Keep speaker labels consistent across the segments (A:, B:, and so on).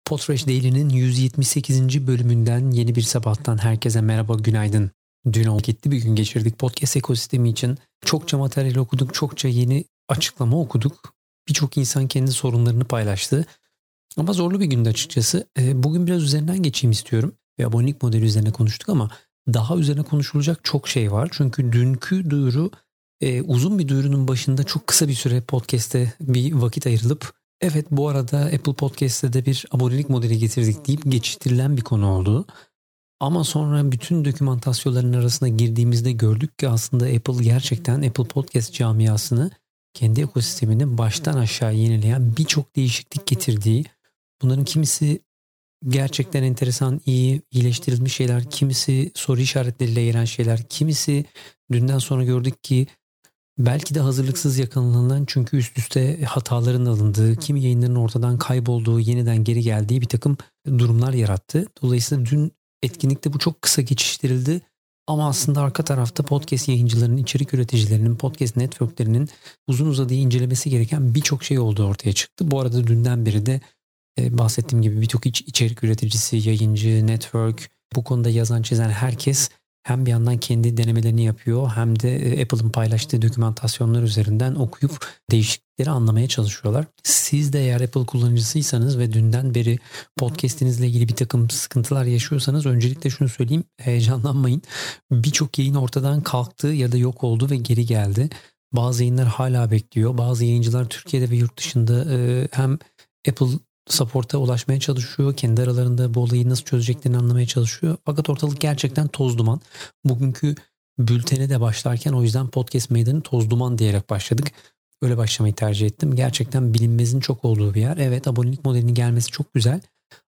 A: Podfresh Daily'nin 178. bölümünden yeni bir sabahtan herkese merhaba, günaydın. Dün hareketli bir gün geçirdik podcast ekosistemi için. Çokça materyal okuduk, çokça yeni açıklama okuduk. Birçok insan kendi sorunlarını paylaştı. Ama zorlu bir gündü açıkçası. Bugün biraz üzerinden geçeyim istiyorum. Ve abonelik modeli üzerine konuştuk ama daha üzerine konuşulacak çok şey var. Çünkü dünkü duyuru uzun bir duyurunun başında çok kısa bir süre podcast'te bir vakit ayrılıp evet bu arada Apple Podcast'te de bir abonelik modeli getirdik deyip geçiştirilen bir konu oldu. Ama sonra bütün dokümantasyonların arasına girdiğimizde gördük ki aslında Apple gerçekten Apple Podcast camiasını kendi ekosistemini baştan aşağı yenileyen birçok değişiklik getirdiği, bunların kimisi gerçekten enteresan, iyileştirilmiş şeyler, kimisi soru işaretleriyle gelen şeyler, kimisi dünden sonra gördük ki belki de hazırlıksız yakalanılan, çünkü üst üste hataların alındığı, kimi yayınların ortadan kaybolduğu, yeniden geri geldiği bir takım durumlar yarattı. Dolayısıyla dün etkinlikte bu çok kısa geçiştirildi. Ama aslında arka tarafta podcast yayıncılarının, içerik üreticilerinin, podcast networklerinin uzun uzadıya incelemesi gereken birçok şey olduğu ortaya çıktı. Bu arada dünden beri de bahsettiğim gibi birçok içerik üreticisi, yayıncı, network, bu konuda yazan çizen herkes hem bir yandan kendi denemelerini yapıyor hem de Apple'ın paylaştığı dokümantasyonlar üzerinden okuyup değişiklikleri anlamaya çalışıyorlar. Siz de eğer Apple kullanıcısıysanız ve dünden beri podcast'inizle ilgili bir takım sıkıntılar yaşıyorsanız öncelikle şunu söyleyeyim, heyecanlanmayın. Birçok yayın ortadan kalktı ya da yok oldu ve geri geldi. Bazı yayınlar hala bekliyor. Bazı yayıncılar Türkiye'de ve yurt dışında hem Apple support'a ulaşmaya çalışıyor. Kendi aralarında bu olayı nasıl çözeceklerini anlamaya çalışıyor. Fakat ortalık gerçekten toz duman. Bugünkü bültene de başlarken o yüzden podcast meydanı toz duman diyerek başladık. Öyle başlamayı tercih ettim. Gerçekten bilinmezin çok olduğu bir yer. Evet, abonelik modelinin gelmesi çok güzel.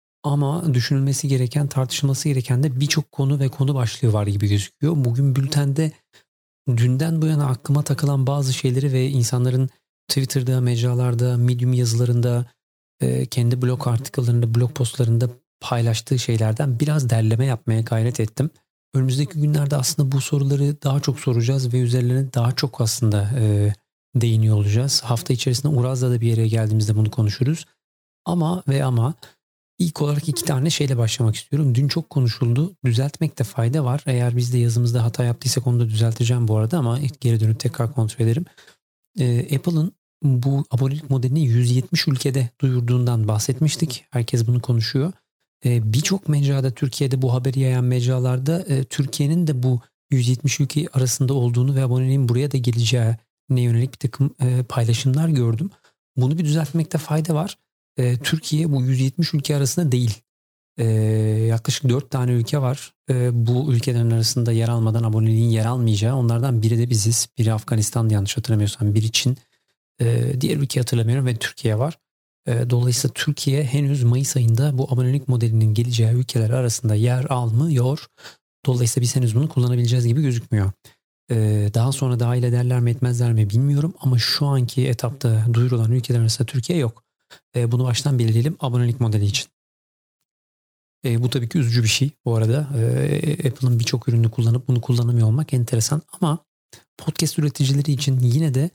A: Ama düşünülmesi gereken, tartışılması gereken de birçok konu ve konu başlığı var gibi gözüküyor. Bugün bültende dünden bu yana aklıma takılan bazı şeyleri ve insanların Twitter'da, mecralarda, Medium yazılarında, kendi blog article'larında, blog postlarında paylaştığı şeylerden biraz derleme yapmaya gayret ettim. Önümüzdeki günlerde aslında bu soruları daha çok soracağız ve üzerlerine daha çok aslında değiniyor olacağız. Hafta içerisinde Uraz'la da bir yere geldiğimizde bunu konuşuruz. Ama ilk olarak iki tane şeyle başlamak istiyorum. Dün çok konuşuldu. Düzeltmekte fayda var. Eğer biz de yazımızda hata yaptıysak onu da düzelteceğim bu arada ama geri dönüp tekrar kontrol ederim. Apple'ın bu abonelik modelini 170 ülkede duyurduğundan bahsetmiştik. Herkes bunu konuşuyor. Birçok mecrada, Türkiye'de bu haberi yayan mecralarda Türkiye'nin de bu 170 ülke arasında olduğunu ve aboneliğin buraya da geleceğine yönelik bir takım paylaşımlar gördüm. Bunu bir düzeltmekte fayda var. Türkiye bu 170 ülke arasında değil. Yaklaşık 4 tane ülke var. Bu ülkelerin arasında yer almadan aboneliğin yer almayacağı. Onlardan biri de biziz. Biri Afganistan, yanlış hatırlamıyorsam. Biri Çin. Diğer ülkeyi hatırlamıyorum ve Türkiye var. Dolayısıyla Türkiye henüz Mayıs ayında bu abonelik modelinin geleceği ülkeler arasında yer almıyor. Dolayısıyla biz henüz bunu kullanabileceğiz gibi gözükmüyor. Daha sonra dahil ederler mi etmezler mi bilmiyorum ama şu anki etapta duyurulan ülkeler arasında Türkiye yok. Bunu baştan belirleyelim abonelik modeli için. Bu tabii ki üzücü bir şey bu arada. Apple'ın birçok ürünü kullanıp bunu kullanamıyor olmak enteresan ama podcast üreticileri için yine de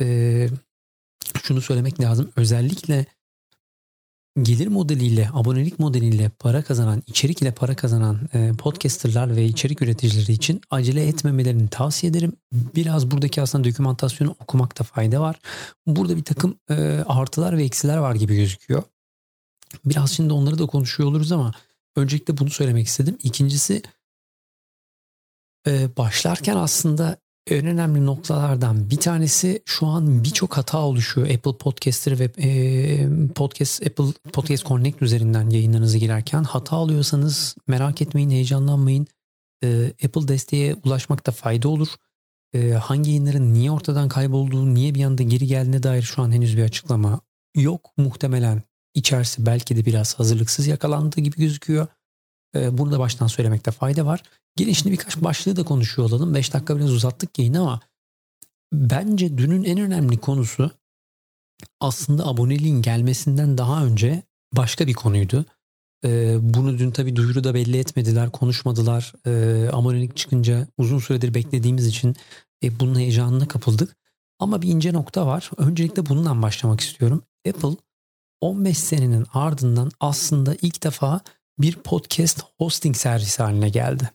A: şunu söylemek lazım. Özellikle gelir modeliyle, abonelik modeliyle para kazanan, içerik ile para kazanan podcasterlar ve içerik üreticileri için acele etmemelerini tavsiye ederim. Biraz buradaki aslında dokümantasyonu okumakta fayda var. Burada bir takım artılar ve eksiler var gibi gözüküyor. Biraz şimdi onları da konuşuyor oluruz ama öncelikle bunu söylemek istedim. İkincisi, başlarken aslında en önemli noktalardan bir tanesi, şu an birçok hata oluşuyor Apple Podcast'leri ve Apple Podcast Connect üzerinden yayınlarınızı girerken. Hata alıyorsanız merak etmeyin, heyecanlanmayın. Apple desteğe ulaşmakta fayda olur. Hangi yayınların niye ortadan kaybolduğu, niye bir anda geri geldiğine dair şu an henüz bir açıklama yok. Muhtemelen içerisi belki de biraz hazırlıksız yakalandığı gibi gözüküyor. Bunu da baştan söylemekte fayda var. Gelin şimdi birkaç başlığı da konuşuyor olalım. 5 dakika biraz uzattık yayını ama bence dünün en önemli konusu aslında aboneliğin gelmesinden daha önce başka bir konuydu. Bunu dün tabii duyuruda belli etmediler, konuşmadılar. Abonelik çıkınca uzun süredir beklediğimiz için bunun heyecanına kapıldık. Ama bir ince nokta var. Öncelikle bundan başlamak istiyorum. Apple 15 senenin ardından aslında ilk defa bir podcast hosting servisi haline geldi.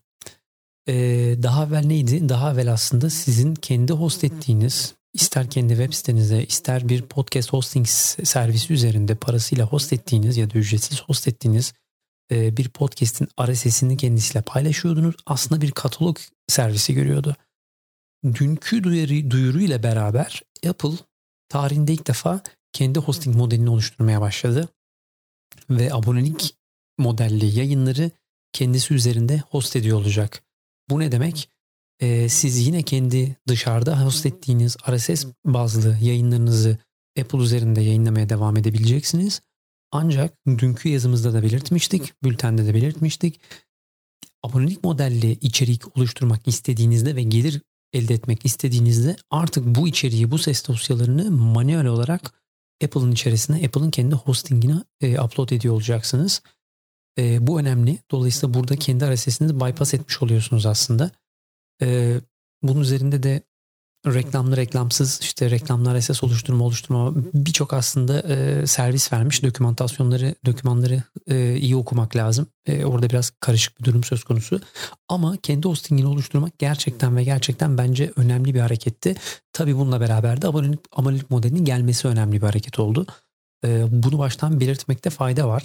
A: Daha evvel neydi? Daha evvel aslında sizin kendi host ettiğiniz, ister kendi web sitenize, ister bir podcast hosting servisi üzerinde parasıyla host ettiğiniz ya da ücretsiz host ettiğiniz bir podcast'in RSS'ini kendisiyle paylaşıyordunuz. Aslında bir katalog servisi görüyordu. Dünkü duyuru ile beraber Apple tarihinde ilk defa kendi hosting modelini oluşturmaya başladı. Ve abonelik modelli yayınları kendisi üzerinde host ediyor olacak. Bu ne demek? Siz yine kendi dışarıda host ettiğiniz RSS bazlı yayınlarınızı Apple üzerinde yayınlamaya devam edebileceksiniz. Ancak dünkü yazımızda da belirtmiştik, bültende de belirtmiştik. Abonelik modelli içerik oluşturmak istediğinizde ve gelir elde etmek istediğinizde artık bu içeriği, bu ses dosyalarını manuel olarak Apple'ın içerisine, Apple'ın kendi hostingine upload ediyor olacaksınız. Bu önemli. Dolayısıyla burada kendi RSS'inizi bypass etmiş oluyorsunuz aslında. Bunun üzerinde de reklamlı reklamsız işte reklamlar RSS oluşturma birçok aslında servis vermiş. Dokümanları iyi okumak lazım. Orada biraz karışık bir durum söz konusu. Ama kendi hostingini oluşturmak gerçekten bence önemli bir hareketti. Tabii bununla beraber de abonelik modelinin gelmesi önemli bir hareket oldu. Bunu baştan belirtmekte fayda var.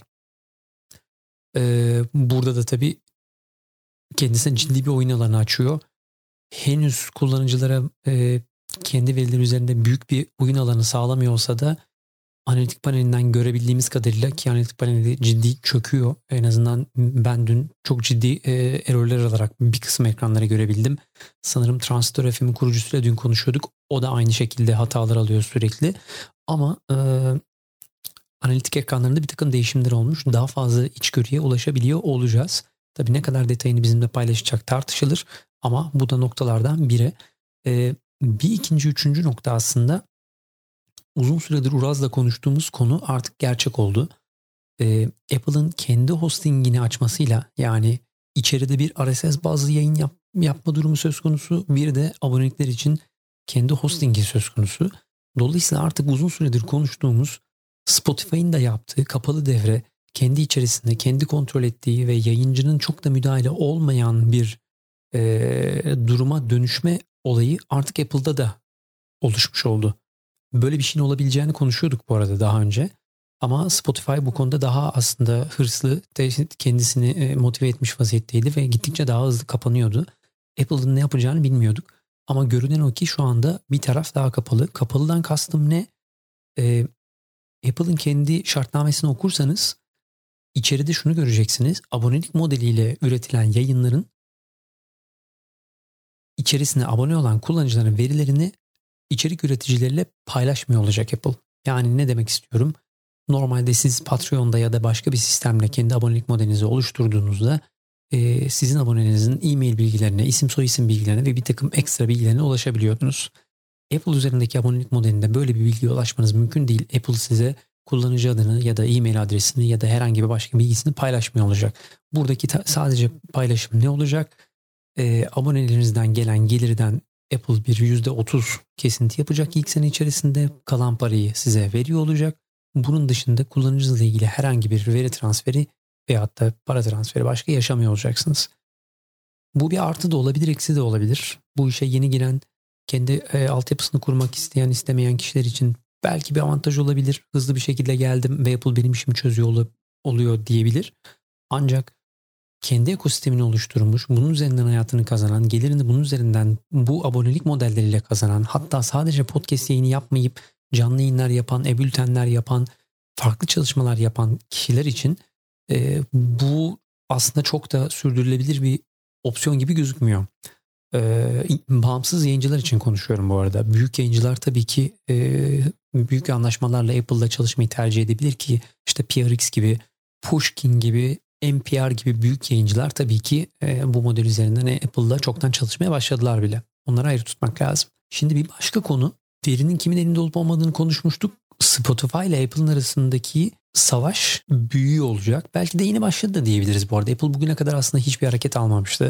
A: Burada da tabii kendisine ciddi bir oyun alanı açıyor. Henüz kullanıcılara kendi verileri üzerinde büyük bir oyun alanı sağlamıyor olsa da analitik panelinden görebildiğimiz kadarıyla ki analitik paneli ciddi çöküyor. En azından ben dün çok ciddi errorlar alarak bir kısım ekranları görebildim. Sanırım Transistor FM'in kurucusuyla dün konuşuyorduk. O da aynı şekilde hatalar alıyor sürekli. Ama analitik ekranlarında bir takım değişimler olmuş. Daha fazla içgörüye ulaşabiliyor olacağız. Tabii ne kadar detayını bizimle paylaşacak tartışılır. Ama bu da noktalardan biri. Bir ikinci, üçüncü nokta aslında uzun süredir Uraz'la konuştuğumuz konu artık gerçek oldu. Apple'ın kendi hostingini açmasıyla yani içeride bir RSS bazlı yayın yapma durumu söz konusu. Bir de abonelikler için kendi hostingi söz konusu. Dolayısıyla artık uzun süredir konuştuğumuz Spotify'ın da yaptığı kapalı devre kendi içerisinde kendi kontrol ettiği ve yayıncının çok da müdahale olmayan bir duruma dönüşme olayı artık Apple'da da oluşmuş oldu. Böyle bir şeyin olabileceğini konuşuyorduk bu arada daha önce. Ama Spotify bu konuda daha aslında hırslı, kendisini motive etmiş vaziyetteydi ve gittikçe daha hızlı kapanıyordu. Apple'ın ne yapacağını bilmiyorduk. Ama görünen o ki şu anda bir taraf daha kapalı. Kapalıdan kastım ne? Apple'ın kendi şartnamesini okursanız içeride şunu göreceksiniz. Abonelik modeliyle üretilen yayınların içerisine abone olan kullanıcıların verilerini içerik üreticileriyle paylaşmıyor olacak Apple. Yani ne demek istiyorum? Normalde siz Patreon'da ya da başka bir sistemle kendi abonelik modelinizi oluşturduğunuzda sizin abonenizin e-mail bilgilerine, isim soyisim bilgilerine ve bir takım ekstra bilgilerine ulaşabiliyordunuz. Apple üzerindeki abonelik modelinde böyle bir bilgiye ulaşmanız mümkün değil. Apple size kullanıcı adını ya da e-mail adresini ya da herhangi bir başka bilgisini paylaşmıyor olacak. Buradaki sadece paylaşım ne olacak? Abonelerinizden gelen gelirden Apple bir %30 kesinti yapacak ilk sene içerisinde, kalan parayı size veriyor olacak. Bunun dışında kullanıcınızla ilgili herhangi bir veri transferi veyahut da para transferi başka yaşamıyor olacaksınız. Bu bir artı da olabilir, eksi de olabilir. Bu işe yeni giren, kendi altyapısını kurmak isteyen, istemeyen kişiler için belki bir avantaj olabilir. Hızlı bir şekilde geldim ve Apple benim işimi çözüyor oluyor diyebilir. Ancak kendi ekosistemini oluşturmuş, bunun üzerinden hayatını kazanan, gelirini bunun üzerinden bu abonelik modelleriyle kazanan, hatta sadece podcast yayını yapmayıp canlı yayınlar yapan, e-bültenler yapan, farklı çalışmalar yapan kişiler için bu aslında çok da sürdürülebilir bir opsiyon gibi gözükmüyor. Bağımsız yayıncılar için konuşuyorum bu arada. Büyük yayıncılar tabii ki büyük anlaşmalarla Apple'la çalışmayı tercih edebilir ki işte PRX gibi, Pushkin gibi, NPR gibi büyük yayıncılar tabii ki bu model üzerinden Apple'la çoktan çalışmaya başladılar bile. Onları ayrı tutmak lazım. Şimdi bir başka konu, verinin kimin elinde olup olmadığını konuşmuştuk. Spotify ile Apple'ın arasındaki savaş büyüyor olacak. Belki de yeni başladı da diyebiliriz bu arada. Apple bugüne kadar aslında hiçbir hareket almamıştı.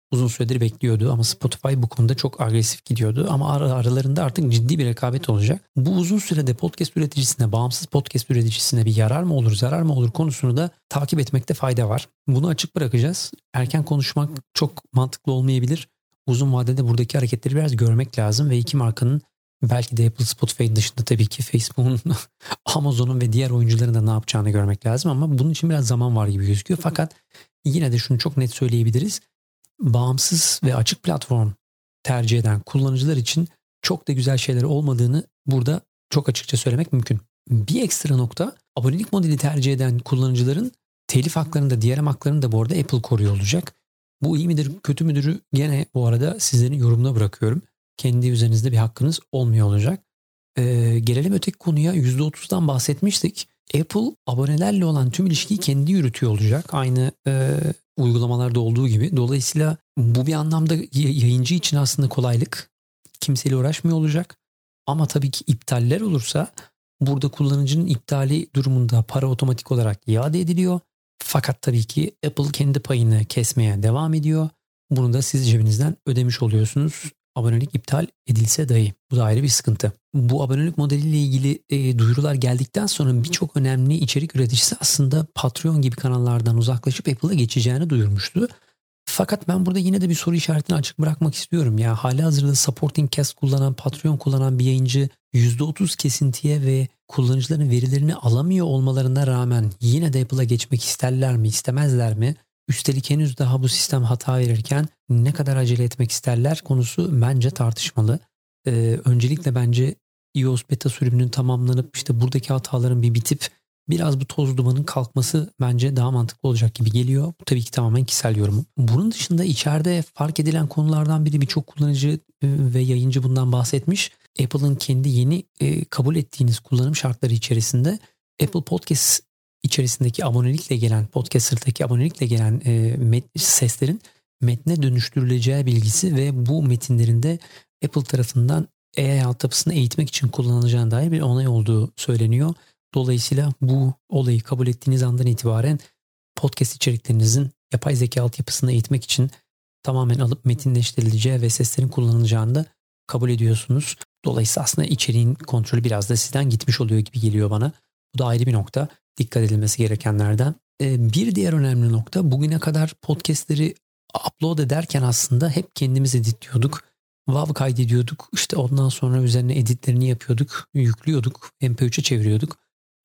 A: uzun süredir bekliyordu ama Spotify bu konuda çok agresif gidiyordu. Ama aralarında artık ciddi bir rekabet olacak. Bu uzun sürede podcast üreticisine, bağımsız podcast üreticisine bir yarar mı olur, zarar mı olur konusunu da takip etmekte fayda var. Bunu açık bırakacağız. Erken konuşmak çok mantıklı olmayabilir. Uzun vadede buradaki hareketleri biraz görmek lazım ve iki markanın belki de Apple, Spotify'ın dışında tabii ki Facebook'un, Amazon'un ve diğer oyuncuların da ne yapacağını görmek lazım ama bunun için biraz zaman var gibi gözüküyor. Fakat yine de şunu çok net söyleyebiliriz. Bağımsız ve açık platform tercih eden kullanıcılar için çok da güzel şeyler olmadığını burada çok açıkça söylemek mümkün. Bir ekstra nokta, abonelik modeli tercih eden kullanıcıların telif haklarını da DRM haklarını da bu arada Apple koruyor olacak. Bu iyi midir kötü müdür gene bu arada sizlerin yorumuna bırakıyorum. Kendi üzerinizde bir hakkınız olmuyor olacak. Gelelim öteki konuya, %30'dan bahsetmiştik. Apple abonelerle olan tüm ilişkiyi kendi yürütüyor olacak. Aynı uygulamalarda olduğu gibi. Dolayısıyla bu bir anlamda yayıncı için aslında kolaylık. Kimseyle uğraşmıyor olacak. Ama tabii ki iptaller olursa burada kullanıcının iptali durumunda para otomatik olarak iade ediliyor. Fakat tabii ki Apple kendi payını kesmeye devam ediyor. Bunu da siz cebinizden ödemiş oluyorsunuz. Abonelik iptal edilse dahi. Bu da ayrı bir sıkıntı. Bu abonelik modeliyle ilgili duyurular geldikten sonra birçok önemli içerik üreticisi aslında Patreon gibi kanallardan uzaklaşıp Apple'a geçeceğini duyurmuştu. Fakat ben burada yine de bir soru işaretini açık bırakmak istiyorum. Ya halihazırda Supporting Cast kullanan, Patreon kullanan bir yayıncı %30 kesintiye ve kullanıcıların verilerini alamıyor olmalarına rağmen yine de Apple'a geçmek isterler mi, istemezler mi? Üstelik henüz daha bu sistem hata verirken ne kadar acele etmek isterler konusu bence tartışmalı. Öncelikle bence iOS beta sürümünün tamamlanıp işte buradaki hataların bir bitip biraz bu toz dumanın kalkması bence daha mantıklı olacak gibi geliyor. Bu tabii ki tamamen kişisel yorumum. Bunun dışında içeride fark edilen konulardan biri, birçok kullanıcı ve yayıncı bundan bahsetmiş. Apple'ın kendi yeni kabul ettiğiniz kullanım şartları içerisinde Apple Podcast içerisindeki abonelikle gelen, Podcaster'daki abonelikle gelen seslerin metne dönüştürüleceği bilgisi ve bu metinlerin de Apple tarafından AI altyapısını eğitmek için kullanılacağına dair bir onay olduğu söyleniyor. Dolayısıyla bu olayı kabul ettiğiniz andan itibaren podcast içeriklerinizin yapay zeka altyapısını eğitmek için tamamen alıp metinleştirileceği ve seslerin kullanılacağını da kabul ediyorsunuz. Dolayısıyla aslında içeriğin kontrolü biraz da sizden gitmiş oluyor gibi geliyor bana. Bu da ayrı bir nokta. Dikkat edilmesi gerekenlerden. Bir diğer önemli nokta, bugüne kadar podcastleri upload ederken aslında hep kendimiz editliyorduk. WAV kaydediyorduk. İşte ondan sonra üzerine editlerini yapıyorduk. Yüklüyorduk. MP3'e çeviriyorduk.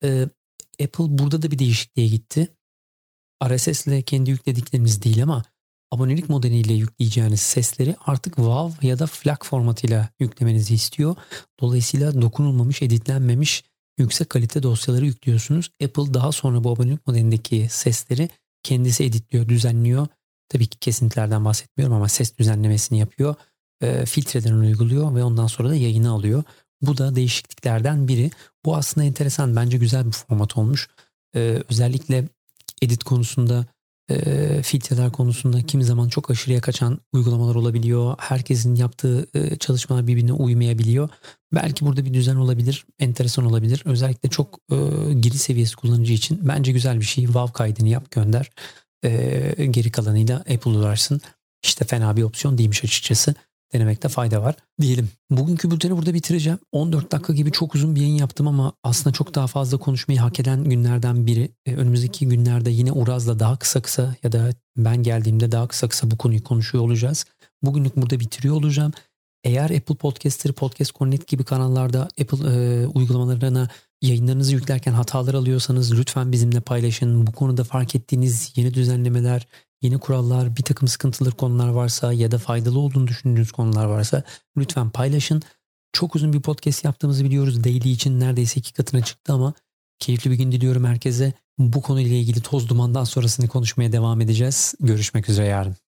A: Apple burada da bir değişikliğe gitti. RSS ile kendi yükledikleriniz değil ama abonelik modeliyle yükleyeceğiniz sesleri artık WAV ya da FLAC formatıyla yüklemenizi istiyor. Dolayısıyla dokunulmamış, editlenmemiş yüksek kalite dosyaları yüklüyorsunuz. Apple daha sonra bu abonelik modelindeki sesleri kendisi editliyor, düzenliyor. Tabii ki kesintilerden bahsetmiyorum ama ses düzenlemesini yapıyor. Filtrelerini uyguluyor ve ondan sonra da yayını alıyor. Bu da değişikliklerden biri. Bu aslında enteresan, bence güzel bir format olmuş. Özellikle edit konusunda, filtreler konusunda kimi zaman çok aşırıya kaçan uygulamalar olabiliyor. Herkesin yaptığı çalışmalar birbirine uymayabiliyor. Belki burada bir düzen olabilir, enteresan olabilir. Özellikle çok giriş seviyesi kullanıcı için bence güzel bir şey. WAV kaydını yap, gönder. Geri kalanıyla Apple uğraşsın. İşte fena bir opsiyon değilmiş açıkçası. Denemekte fayda var diyelim. Bugünkü bülteni burada bitireceğim. 14 dakika gibi çok uzun bir yayın yaptım ama aslında çok daha fazla konuşmayı hak eden günlerden biri. Önümüzdeki günlerde yine Uraz'la daha kısa ya da ben geldiğimde daha kısa bu konuyu konuşuyor olacağız. Bugünlük burada bitiriyor olacağım. Eğer Apple Podcast'leri, Podcast Connect gibi kanallarda Apple uygulamalarına yayınlarınızı yüklerken hatalar alıyorsanız lütfen bizimle paylaşın. Bu konuda fark ettiğiniz yeni düzenlemeler, yeni kurallar, bir takım sıkıntılı konular varsa ya da faydalı olduğunu düşündüğünüz konular varsa lütfen paylaşın. Çok uzun bir podcast yaptığımızı biliyoruz. Daily için neredeyse 2 katına çıktı ama keyifli bir gün diliyorum herkese. Bu konuyla ilgili toz dumandan sonrasını konuşmaya devam edeceğiz. Görüşmek üzere yarın.